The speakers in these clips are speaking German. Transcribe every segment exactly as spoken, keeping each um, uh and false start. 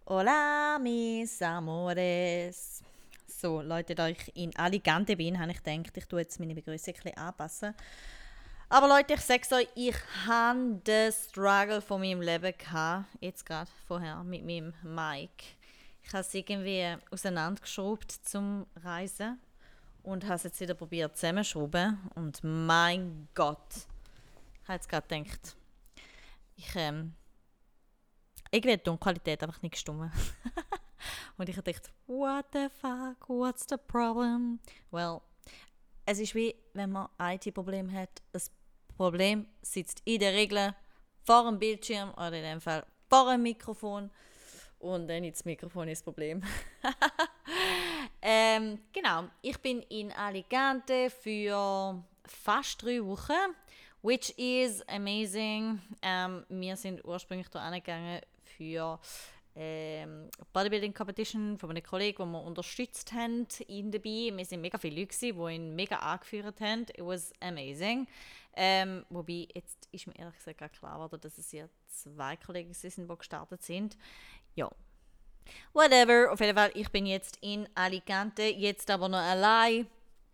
Hola, mis amores. So, Leute, da ich in Alicante bin, habe ich gedacht, ich tue jetzt meine Begrüßung ein bisschen anpassen. Aber Leute, ich sage euch, ich hatte den Struggle von meinem Leben gehabt, jetzt gerade vorher mit meinem Mike. Ich habe es irgendwie auseinandergeschraubt zum Reisen und habe es jetzt wieder probiert zusammenzuschrauben. Und mein Gott, ich habe jetzt gerade gedacht, ich, ähm, irgendwie hat die Tonqualität einfach nicht gestimmt. Und ich dachte, what the fuck, what's the problem? Well, es ist wie, wenn man I T-Problem hat. Das Problem sitzt in der Regel vor dem Bildschirm oder in dem Fall vor dem Mikrofon. Und dann ist das Mikrofon das Problem. ähm, genau, ich bin in Alicante für fast drei Wochen, which is amazing. Ähm, wir sind ursprünglich hier angegangen für ähm, Bodybuilding Competition von einem Kollegen, den wir unterstützt haben, ihn dabei. Wir waren mega viele Leute, die ihn mega angeführt haben. It was amazing. Ähm, wobei, jetzt ist mir ehrlich gesagt gar klar geworden, dass es ja zwei Kollegen sind, die gestartet sind. Ja. Whatever, auf jeden Fall, ich bin jetzt in Alicante, jetzt aber noch allein.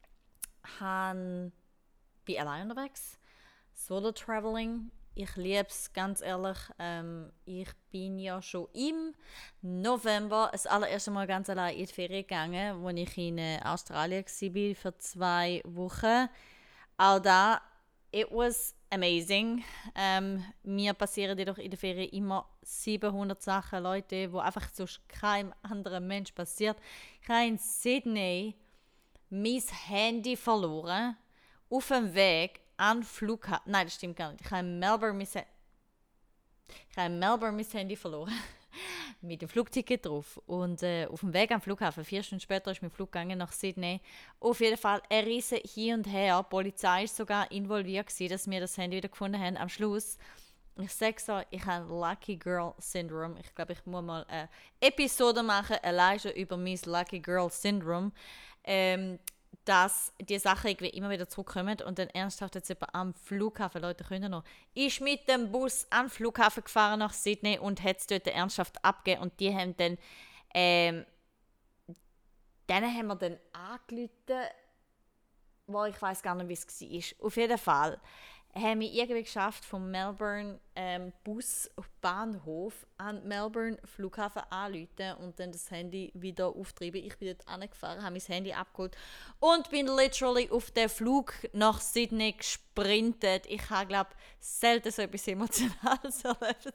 Han, bin allein unterwegs. Solo Traveling. Ich liebe es, ganz ehrlich. Ähm, ich bin ja schon im November das allererste Mal ganz allein in die Ferien gegangen, als ich in äh, Australien war für zwei Wochen. Auch da, it was amazing. Ähm, mir passieren jedoch in der Ferien immer siebenhundert Sachen, Leute, wo einfach sonst keinem anderen Mensch passiert. Ich habe in Sydney mein Handy verloren auf dem Weg an den Flughafen. Nein, das stimmt gar nicht. Ich habe in Melbourne mein, ha- ich habe in Melbourne mein Handy verloren. Mit dem Flugticket drauf. Und äh, auf dem Weg am Flughafen, vier Stunden später, ist mein Flug gegangen nach Sydney. Auf jeden Fall ein riesen Hin und Her. Die Polizei war sogar involviert gewesen, dass wir das Handy wieder gefunden haben. Am Schluss, ich sage so, ich habe Lucky Girl Syndrome. Ich glaube, ich muss mal eine Episode machen, allein schon über mein Lucky Girl Syndrome. Ähm, dass die Sachen irgendwie immer wieder zurückkommen und dann ernsthaft jetzt jemand am Flughafen, Leute können noch, ist mit dem Bus am Flughafen gefahren nach Sydney und hat es dort ernsthaft abgegeben und die haben dann, ähm, denen haben wir dann angerufen, wo ich weiß gar nicht, wie es war. Auf jeden Fall haben wir irgendwie geschafft, vom Melbourne ähm, Bus auf Bahnhof an Melbourne Flughafen anzurufen und dann das Handy wieder auftreiben. Ich bin dort angefahren, habe mein Handy abgeholt und bin literally auf den Flug nach Sydney gesprintet. Ich habe, glaube ich, selten so etwas Emotionales erlebt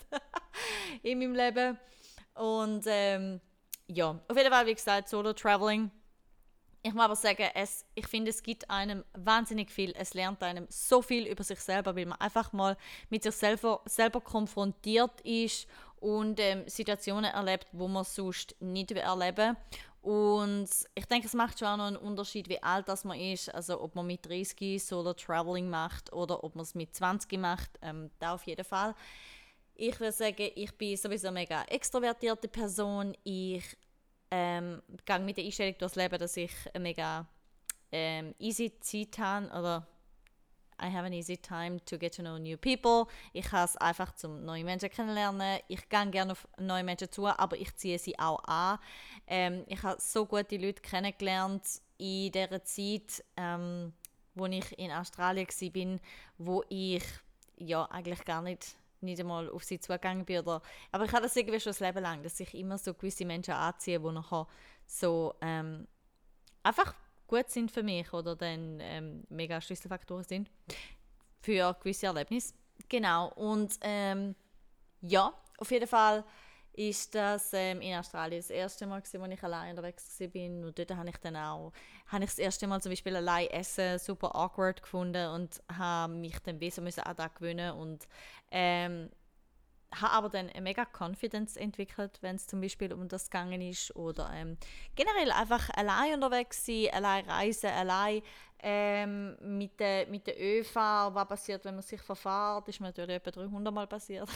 in meinem Leben. Und ähm, ja, auf jeden Fall, wie gesagt, Solo-Traveling. Ich muss aber sagen, es, ich finde, es gibt einem wahnsinnig viel. Es lernt einem so viel über sich selber, weil man einfach mal mit sich selber, selber konfrontiert ist und ähm, Situationen erlebt, wo man sonst nicht erleben will. Und ich denke, es macht schon auch noch einen Unterschied, wie alt das man ist. Also ob man mit dreißig Solo Traveling macht oder ob man es mit zwanzig macht. Ähm, da auf jeden Fall. Ich würde sagen, ich bin sowieso eine mega extrovertierte Person. Ich ähm, gehe mit der Einstellung durchs Leben, dass ich eine mega ähm, easy Zeit habe oder I have an easy time to get to know new people. Ich habe es einfach zum neue Menschen kennenlernen. Ich gehe gerne auf neue Menschen zu, aber ich ziehe sie auch an. Ähm, ich habe so gute Leute kennengelernt in dieser Zeit, ähm, wo ich in Australien war, wo ich ja eigentlich gar nicht nicht einmal auf sie zugegangen bin. Oder, aber ich habe das irgendwie schon das Leben lang, dass ich immer so gewisse Menschen anziehe, die nachher so ähm, einfach gut sind für mich oder dann ähm, mega Schlüsselfaktoren sind für gewisse Erlebnisse. Genau, und ähm, ja, auf jeden Fall ist das ähm, in Australien das erste Mal gewesen, als ich allein unterwegs war. Und dort habe ich dann auch habe ich das erste Mal zum Beispiel allein essen super awkward gefunden und habe mich dann besser müssen an das gewöhnen und ähm, habe aber dann eine mega Confidence entwickelt, wenn es zum Beispiel um das gegangen ist oder ähm, generell einfach allein unterwegs sein, allein reisen, allein ähm, mit der mit der ÖV, was passiert, wenn man sich verfährt, ist mir natürlich etwa dreihundert Mal passiert.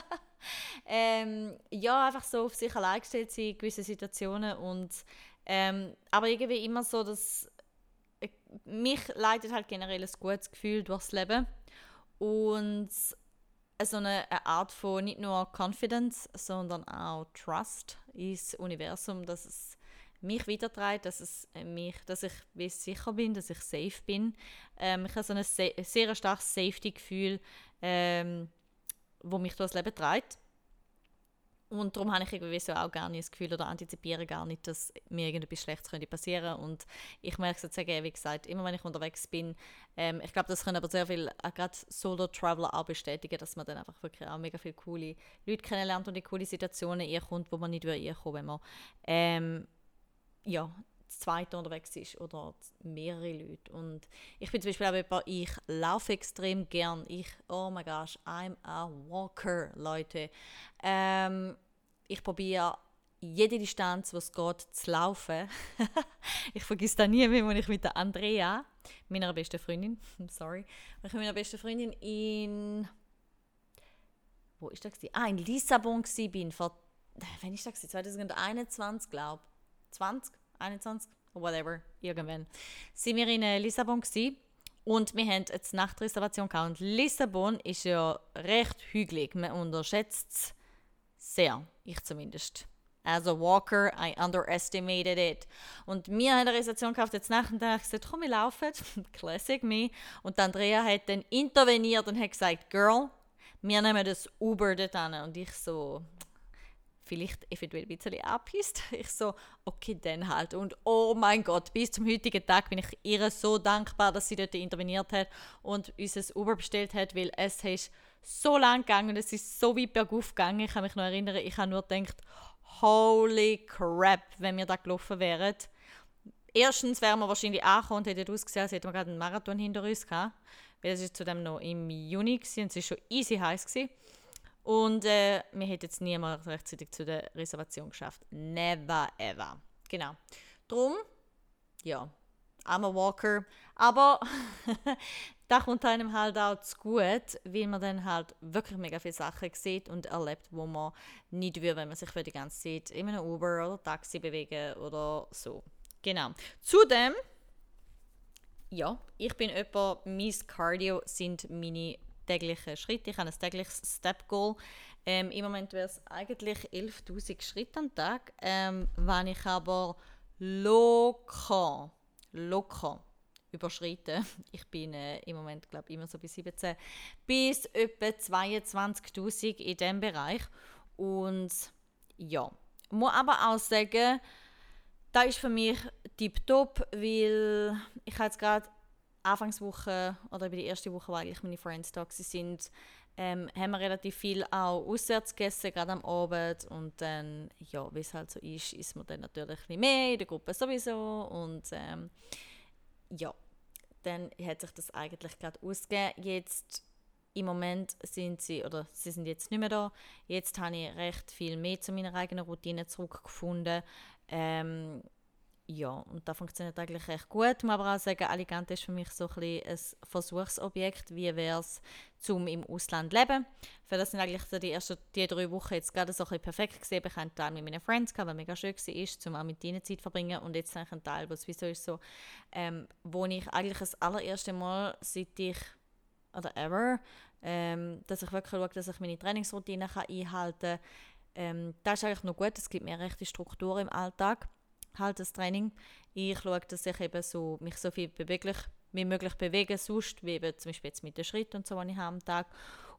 ähm, ja, einfach so auf sich allein gestellt sein in gewissen Situationen und ähm, aber irgendwie immer so, dass äh, mich leitet halt generell ein gutes Gefühl durchs Leben und so eine, eine Art von nicht nur Confidence, sondern auch Trust ins Universum, dass es mich weiterträgt, dass, es mich, dass ich sicher bin, dass ich safe bin. Ähm, ich habe so ein se- sehr starkes Safety-Gefühl, ähm, wo mich durch das Leben trägt. Und darum habe ich irgendwie so auch gar nicht das Gefühl oder antizipiere gar nicht, dass mir irgendetwas Schlechtes könnte passieren. Und ich merke es jetzt wie gesagt, immer wenn ich unterwegs bin, ähm, ich glaube, das können aber sehr viele, auch gerade Solo-Traveler auch bestätigen, dass man dann einfach wirklich auch mega viele coole Leute kennenlernt und in coole Situationen kommt, wo man nicht kommen wenn man ähm, ja, das zweite unterwegs ist oder mehrere Leute. Und ich bin zum Beispiel auch jemand, ich laufe extrem gern. Ich, oh my gosh, I'm a walker, Leute. Ähm, ich probiere jede Distanz, die es geht, zu laufen. Ich vergesse das nie mehr, wenn ich mit der Andrea, meiner besten Freundin, sorry, wenn ich mit meiner besten Freundin in, wo ist das? Ah, in Lissabon war, vor, wann ist das? zwanzig einundzwanzig, glaube ich. zwanzig? einundzwanzig, whatever, irgendwann, sind wir in äh, Lissabon gewesen, und wir haben jetzt Nachtreservation gehabt. Und Lissabon ist ja recht hügelig, man unterschätzt es sehr, ich zumindest. As a walker, I underestimated it. Und wir haben eine Reservation gekauft, jetzt nach und dann habe ich gesagt, komm, wir laufen, classic me. Und Andrea hat dann interveniert und hat gesagt, Girl, wir nehmen das Uber dort an. Und ich so, vielleicht eventuell ein bisschen abhisst. Ich so, okay, dann halt. Und oh mein Gott, bis zum heutigen Tag bin ich ihr so dankbar, dass sie dort interveniert hat und uns ein Uber bestellt hat, weil es ist so lang gegangen und es ist so weit bergauf gegangen. Ich kann mich noch erinnern, ich habe nur gedacht, holy crap, wenn wir da gelaufen wären. Erstens wären wir wahrscheinlich angekommen und hätten ausgesehen, als hätten wir gerade einen Marathon hinter uns gehabt. Weil es ist zudem noch im Juni gewesen, und es war schon easy heiß gewesen. Und äh, wir hätten jetzt niemals rechtzeitig zu der Reservation geschafft. Never ever. Genau. Drum, ja, I'm a walker. Aber da kommt einem halt auch zu gut, weil man dann halt wirklich mega viele Sachen sieht und erlebt, wo man nicht will, wenn man sich für die ganze Zeit in einem Uber oder Taxi bewegen oder so. Genau. Zudem, ja, ich bin jemand, mein Cardio sind meine täglichen Schritte. Ich habe ein tägliches Step-Goal. Ähm, Im Moment wäre es eigentlich elftausend Schritte am Tag, ähm, wenn ich aber locker, locker überschreite. Ich bin äh, im Moment, glaube ich, immer so bei siebzehn bis etwa zweiundzwanzigtausend in diesem Bereich. Und ja, muss aber auch sagen, das ist für mich tipptopp, weil ich habe jetzt gerade Anfangswoche oder über die erste Woche, wo eigentlich meine Friends da sind, ähm, haben wir relativ viel auch auswärts gegessen, gerade am Abend. Und dann, ja, wie es halt so ist, ist man dann natürlich ein bisschen mehr in der Gruppe sowieso. Und ähm, ja, dann hat sich das eigentlich gerade ausgegeben. Jetzt im Moment sind sie, oder sie sind jetzt nicht mehr da. Jetzt habe ich recht viel mehr zu meiner eigenen Routine zurückgefunden. Ähm, Ja, und das funktioniert eigentlich recht gut. Ich muss aber auch sagen, Alicante ist für mich so ein, bisschen ein Versuchsobjekt. Wie wäre es, zum im Ausland zu leben? Für das sind eigentlich so die ersten die drei Wochen jetzt gerade so ein bisschen perfekt gesehen. Ich hatte einen Teil mit meinen Friends, gehabt, was mega schön war, um auch mit ihnen Zeit zu verbringen. Und jetzt habe ich einen Teil, was sowieso ist so, ähm, wo ich eigentlich das allererste Mal, seit ich, oder ever, ähm, dass ich wirklich schaue, dass ich meine Trainingsroutine kann einhalten kann. Ähm, das ist eigentlich noch gut, es gibt mir rechte Struktur im Alltag. Halt das Training. Ich schaue, dass ich eben so, mich so viel beweglich, wie möglich bewege, sonst, wie eben zum Beispiel jetzt mit den Schritten und so, die ich habe am Tag.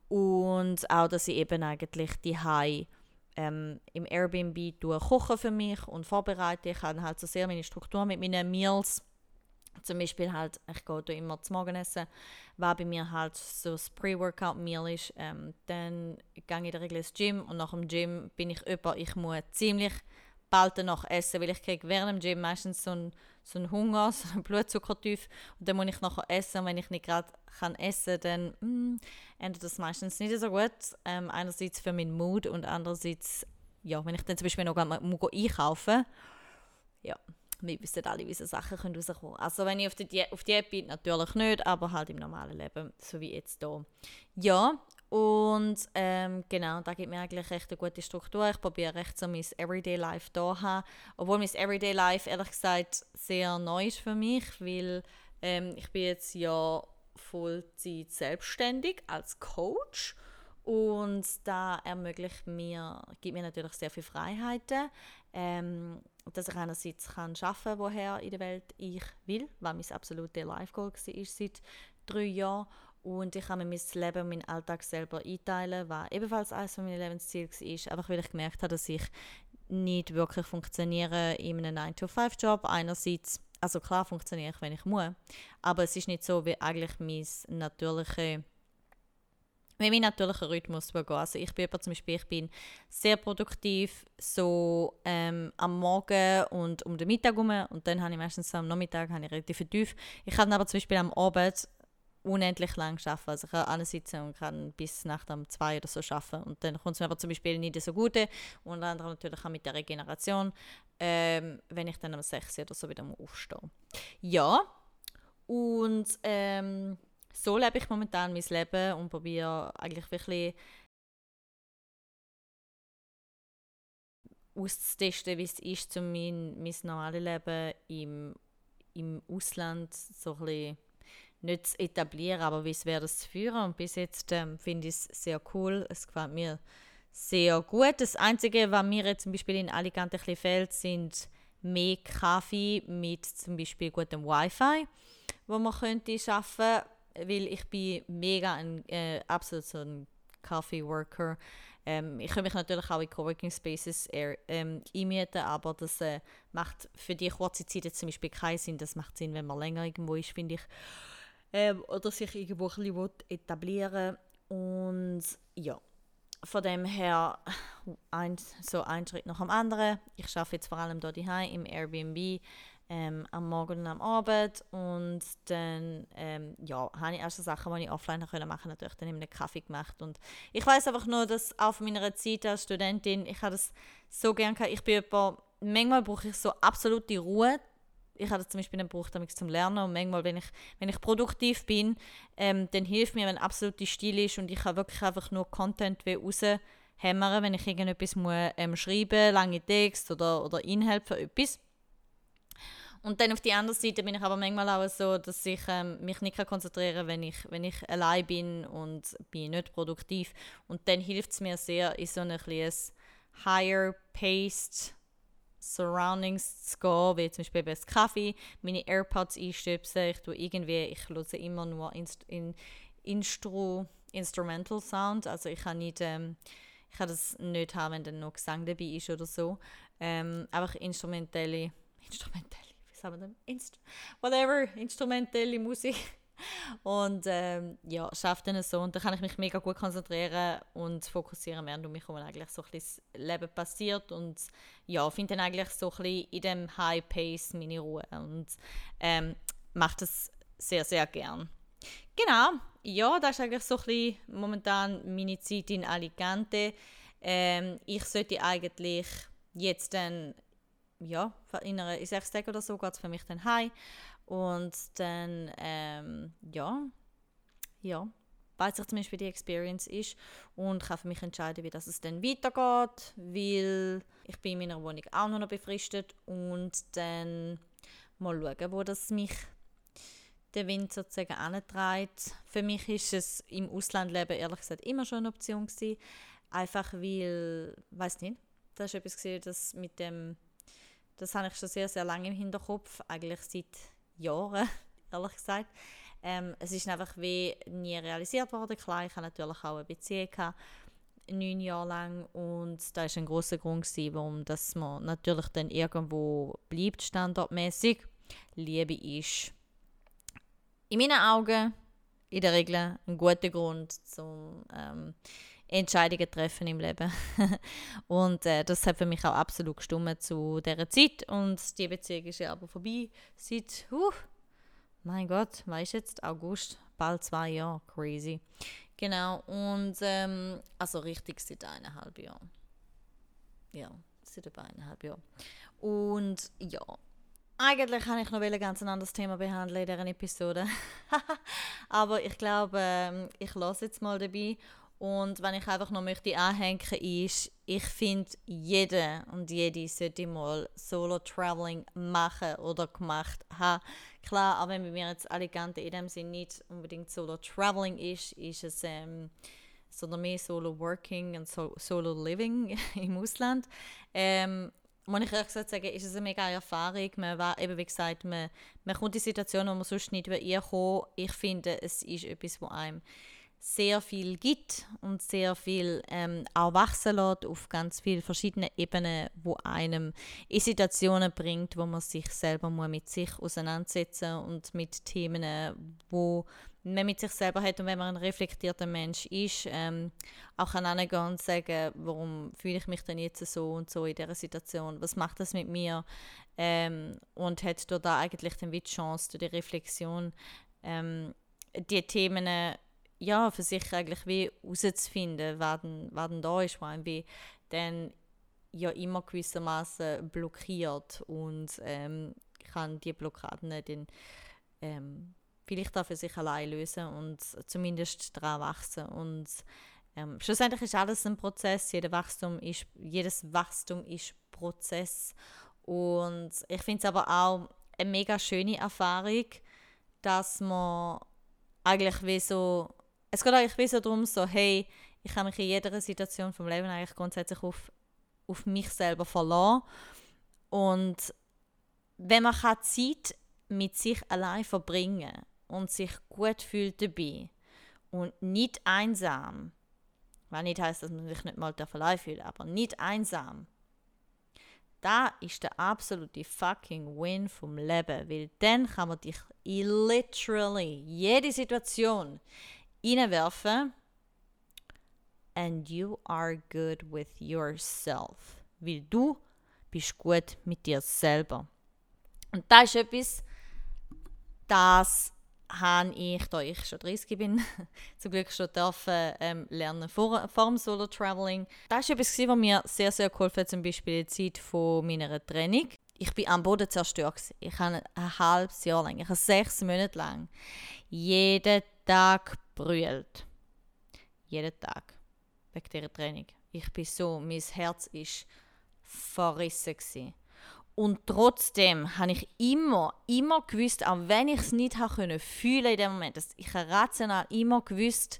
Und auch, dass ich eben eigentlich die Hai ähm, im Airbnb koche für mich und vorbereite. Ich habe halt so sehr meine Struktur mit meinen Meals. Zum Beispiel halt, ich gehe da immer zum Morgenessen, was bei mir halt so das Pre-Workout-Meal ist. Ähm, dann gehe ich in der Regel ins Gym und nach dem Gym bin ich über, ich muss ziemlich bald danach essen, weil ich kriege während dem Gym meistens so einen, so einen Hunger, so einen Blutzuckertief und dann muss ich nachher essen und wenn ich nicht gerade kann essen, dann mm, endet das meistens nicht so gut. Ähm, einerseits für meinen Mood und andererseits, ja, wenn ich dann zum Beispiel noch mal einkaufen, ja, wir wissen alle, wie so Sachen können rauskommen können. Also wenn ich auf, die Di- auf Diät bin, natürlich nicht, aber halt im normalen Leben, so wie jetzt hier. Ja, und ähm, genau, da gibt mir eigentlich recht eine gute Struktur. Ich probiere recht so mein Everyday Life da zu haben. Obwohl mein Everyday Life, ehrlich gesagt, sehr neu ist für mich, weil ähm, ich bin jetzt ja Vollzeit selbstständig als Coach Und da ermöglicht mir, gibt mir natürlich sehr viele Freiheiten, ähm, dass ich einerseits kann arbeiten kann, woher in der Welt ich will, was mein absoluter Life-Goal war seit drei Jahren. Und ich kann mir mein Leben und meinen Alltag selber einteilen, was ebenfalls eines meiner Lebensziele war, einfach weil ich gemerkt habe, dass ich nicht wirklich funktioniere in einem nine to five Job. Einerseits, also klar funktioniere ich, wenn ich muss, aber es ist nicht so, wie eigentlich mein natürlicher wie mein natürlicher Rhythmus geht. Also ich bin zum Beispiel, ich bin sehr produktiv so ähm, am Morgen und um den Mittag herum und dann habe ich meistens so am Nachmittag habe ich relativ tief. Ich kann aber zum Beispiel am Abend unendlich lang arbeiten. Also ich kann ansitzen und kann bis Nacht um zwei oder so arbeiten. Und dann kommt es mir aber zum Beispiel nicht so gut. Unter anderem natürlich auch mit der Regeneration, ähm, wenn ich dann um sechs oder so wieder aufstehe. Ja, und ähm, so lebe ich momentan mein Leben und probiere eigentlich wirklich auszutesten, wie es ist, um mein, mein normales Leben im, im Ausland so ein bisschen nicht zu etablieren, aber wie es wäre, das zu führen. Und bis jetzt ähm, finde ich es sehr cool. Es gefällt mir sehr gut. Das Einzige, was mir jetzt zum Beispiel in Alicante ein bisschen fehlt, sind mehr Kaffee mit zum Beispiel gutem Wi-Fi, wo man könnte arbeiten, weil ich bin mega ein äh, absolut so ein Coffee-Worker. Ähm, ich kann mich natürlich auch in Coworking Spaces eher, ähm, einmieten, aber das äh, macht für die kurze Zeit jetzt zum Beispiel keinen Sinn. Das macht Sinn, wenn man länger irgendwo ist, finde ich. Ähm, oder sich irgendwo ein bisschen etablieren will. Und ja, von dem her ein, so ein Schritt nach dem anderen. Ich arbeite jetzt vor allem hier daheim im Airbnb ähm, am Morgen und am Abend und dann ähm, ja, habe ich erste Sachen, die ich offline machen konnte, natürlich dann in einem Kaffee gemacht und ich weiß einfach nur, dass auch von meiner Zeit als Studentin, ich habe das so gerne gehabt, ich bin jemand, manchmal brauche ich so absolute Ruhe. Ich habe das zum Beispiel nicht gebraucht, um zum Lernen und manchmal, wenn ich, wenn ich produktiv bin, ähm, dann hilft mir, wenn absolut still ist und ich kann wirklich einfach nur Content raushämmern, wenn ich irgendetwas muss, ähm, schreiben, lange Texte oder, oder Inhalt für etwas. Und dann auf die andere Seite bin ich aber manchmal auch so, dass ich ähm, mich nicht konzentrieren kann, wenn ich, wenn ich allein bin und bin nicht produktiv. Und dann hilft es mir sehr, in so ein kleines higher-paced Surroundings zu gehen, wie zum Beispiel bei Kaffee, meine AirPods einstöpseln, ich tue irgendwie, ich höre immer nur Inst- in, Instru, Instrumental Sound, also ich kann nicht, ähm, ich kann das nicht haben, wenn dann noch Gesang dabei ist oder so, ähm, einfach instrumentelle, instrumentelle, wie sagen wir denn, Inst- whatever, instrumentelle Musik. Und ähm, ja, schafft dann so. Und dann kann ich mich mega gut konzentrieren und fokussieren, während um mich herum eigentlich so ein bisschen das Leben passiert. Und ja, finde dann eigentlich so ein bisschen in dem High Pace meine Ruhe. Und ähm, mache das sehr, sehr gern. Genau, ja, das ist eigentlich so ein bisschen momentan meine Zeit in Alicante. Ähm, ich sollte eigentlich jetzt dann, ja, in, einer, in sechs Tagen oder so geht es für mich dann heim. Und dann, ähm, ja, ja, weiß ich zum Beispiel, wie die Experience ist und kann für mich entscheiden, wie das es dann weitergeht, weil ich bin in meiner Wohnung auch noch befristet und dann mal schauen, wo das mich der Wind sozusagen antreibt. Für mich ist es im Ausland leben ehrlich gesagt immer schon eine Option gewesen, einfach weil, weiß nicht, das ist etwas gewesen, das mit dem, das habe ich schon sehr, sehr lange im Hinterkopf, eigentlich seit Jahren, ehrlich gesagt. Ähm, es ist einfach wie nie realisiert worden. Klar, ich hatte natürlich auch eine Beziehung gehabt, neun Jahre lang und da war ein grosser Grund gewesen, warum dass man natürlich dann irgendwo bleibt, standortmäßig. Liebe ist in meinen Augen in der Regel ein guter Grund zum ähm, Entscheidungen treffen im Leben. Und äh, das hat für mich auch absolut gestimmt zu dieser Zeit. Und die Beziehung ist ja aber vorbei seit, uh, mein Gott, was ist jetzt? August, bald zwei Jahre, crazy. Genau, und ähm, also richtig seit eineinhalb Jahren. Ja, seit über eineinhalb Jahren. Und ja, eigentlich kann ich noch ein ganz anderes Thema behandeln in dieser Episode. Aber ich glaube, ähm, ich lasse jetzt mal dabei. Und wenn ich einfach noch möchte anhängen ist, ich finde, jeder und jede sollte mal Solo-Traveling machen oder gemacht haben. Klar, auch wenn bei mir jetzt Alicante in dem Sinne nicht unbedingt Solo-Traveling ist, ist es ähm, sondern mehr Solo Working und so, Solo Living im Ausland. Ähm, muss ich ehrlich gesagt sagen, ist es eine mega Erfahrung. Man war, eben wie gesagt, man, man kommt in Situationen, wo man sonst nicht reinkommen. Ich finde, es ist etwas, wo einem sehr viel gibt und sehr viel ähm, auch wachsen lässt auf ganz vielen verschiedenen Ebenen, wo einem in Situationen bringt, wo man sich selber muss mit sich auseinandersetzen und mit Themen, wo man mit sich selber hat und wenn man ein reflektierter Mensch ist, ähm, auch kann hingehen und sagen, warum fühle ich mich denn jetzt so und so in dieser Situation, was macht das mit mir ähm, und hat da eigentlich dann wie die Chance durch die Reflexion ähm, die Themen ja, für sich eigentlich wie herauszufinden, was denn, was denn da ist, was wie dann ja immer gewissermaßen blockiert und ähm, kann die Blockaden dann ähm, vielleicht auch für sich allein lösen und zumindest daran wachsen. Und ähm, schlussendlich ist alles ein Prozess, jeder Wachstum ist, jedes Wachstum ist Prozess. Und ich finde es aber auch eine mega schöne Erfahrung, dass man eigentlich wie so, es geht eigentlich wie so darum, so, hey, ich kann mich in jeder Situation vom Leben eigentlich grundsätzlich auf, auf mich selber verlassen. Und wenn man kann Zeit mit sich allein verbringen und sich gut fühlt dabei und nicht einsam, was nicht heisst, dass man sich nicht mal allein fühlt, aber nicht einsam, da ist der absolute fucking Win vom Leben, weil dann kann man dich in literally jede Situation reinwerfen and you are good with yourself, weil du bist gut mit dir selber. Und das ist etwas, das habe ich, da ich schon dreißig bin, zum Glück schon dürfen, ähm, lernen vor, vor dem Solo-Traveling. Das war etwas, was mir sehr, sehr geholfen hat, zum Beispiel in der Zeit von meiner Training. Ich bin am Boden zerstört. Ich habe ein halbes Jahr lang, ich habe sechs Monate lang, jeden Tag gebrüllt. Jeden Tag. Wegen dieser Training. Ich bin so, mein Herz war verrissen gewesen. Und trotzdem habe ich immer, immer gewusst, auch wenn ich es nicht habe fühlen in dem Moment, dass ich rational immer gewusst,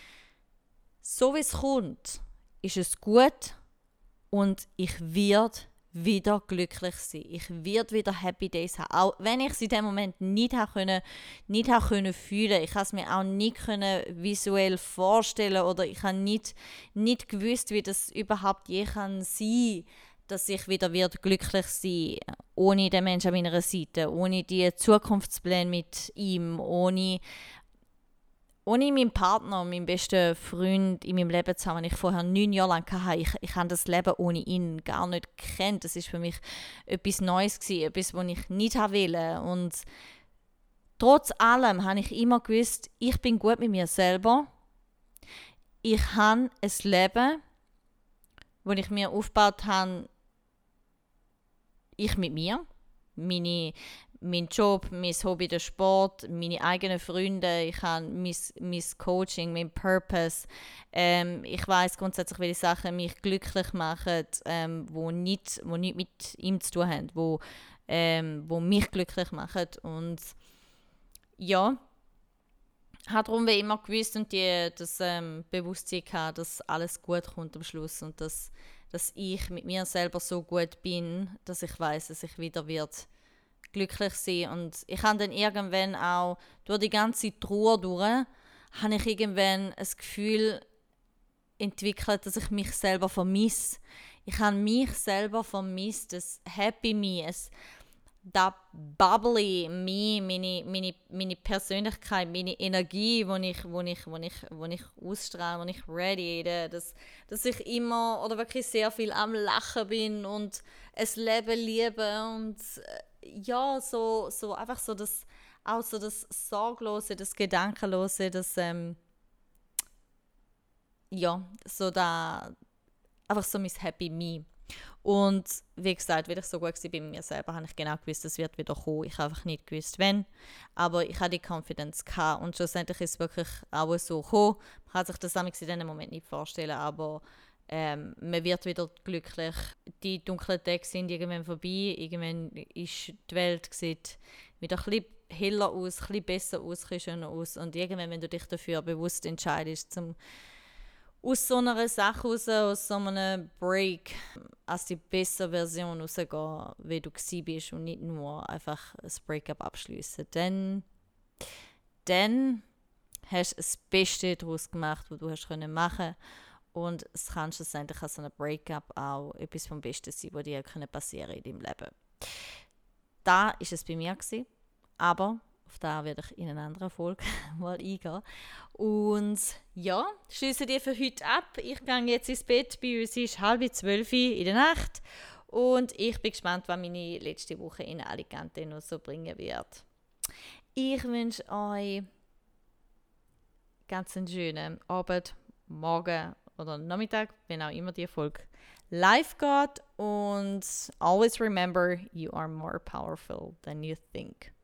so wie es kommt, ist es gut und ich werde wieder glücklich sein. Ich werde wieder Happy Days haben. Auch wenn ich es in dem Moment nicht habe können, nicht habe können fühlen. Ich habe es mir auch nicht können visuell vorstellen oder ich habe nicht, nicht gewusst, wie das überhaupt je kann sein, dass ich wieder wird glücklich sein, ohne den Menschen an meiner Seite, ohne die Zukunftspläne mit ihm, ohne, ohne meinen Partner, meinen besten Freund in meinem Leben zu haben, den ich vorher neun Jahre lang hatte. Ich, ich habe das Leben ohne ihn gar nicht gekannt. Das war für mich etwas Neues gewesen, etwas, was ich nicht wollte. Und trotz allem habe ich immer gewusst, ich bin gut mit mir selber. Ich habe ein Leben, das ich mir aufgebaut habe, ich mit mir, meine, mein Job, mein Hobby, der Sport, meine eigenen Freunde, ich habe mein, mein Coaching, mein Purpose. Ähm, ich weiss grundsätzlich, welche Sachen mich glücklich machen, ähm, wo nicht, wo nicht mit ihm zu tun haben, wo, ähm, wo mich glücklich machen. Und ja, ich habe darum wie immer gewusst und die, das ähm, Bewusstsein gehabt, dass alles gut kommt am Schluss und dass dass ich mit mir selber so gut bin, dass ich weiß, dass ich wieder wird glücklich sein. Und ich habe dann irgendwann auch durch die ganze Trauer durch, habe ich irgendwann ein Gefühl entwickelt, dass ich mich selber vermisse. Ich habe mich selber vermisst, das Happy Me, es, das Bubbly Me, meine, meine, meine Persönlichkeit, meine Energie, die ich, wo ich, wo ich, wo ich ausstrahle, wo ich radiate, dass, dass ich immer oder wirklich sehr viel am Lachen bin und das Leben liebe und ja, so, so einfach so das, auch so das Sorglose, das Gedankenlose, das, ähm, ja, so da, einfach so mein Happy Me. Und wie gesagt, weil ich so gut war bei mir selber, habe ich genau gewusst, es wird wieder kommen. Ich habe einfach nicht gewusst, wann. Aber ich hatte die Confidence gehabt. Und schlussendlich ist es wirklich auch so gekommen. Man kann sich das in diesem Moment nicht vorstellen, aber ähm, man wird wieder glücklich. Die dunklen Tage sind irgendwann vorbei. Irgendwann ist die Welt sieht wieder ein bisschen heller aus, ein bisschen besser aus, ein bisschen schöner aus. Und irgendwann, wenn du dich dafür bewusst entscheidest, zum aus so einer Sache raus, aus so einem Break, als die bessere Version rausgehen, wie du gsi bist und nicht nur einfach ein Breakup abschließen. Dann, dann hast du das Beste daraus gemacht, was du hast können machen. Und es kann schlussendlich an so einem Breakup auch etwas vom Besten sein, was dir passieren in deinem Leben. Da war es bei mir gewesen, aber auf da werde ich in einer anderen Folge mal eingehen. Und ja, schließe dir für heute ab. Ich gehe jetzt ins Bett. Bei uns ist halb zwölf in der Nacht. Und ich bin gespannt, was meine letzte Woche in Alicante noch so bringen wird. Ich wünsche euch ganz einen schönen Abend, Morgen oder Nachmittag, wenn auch immer die Folge live geht. Und always remember, you are more powerful than you think.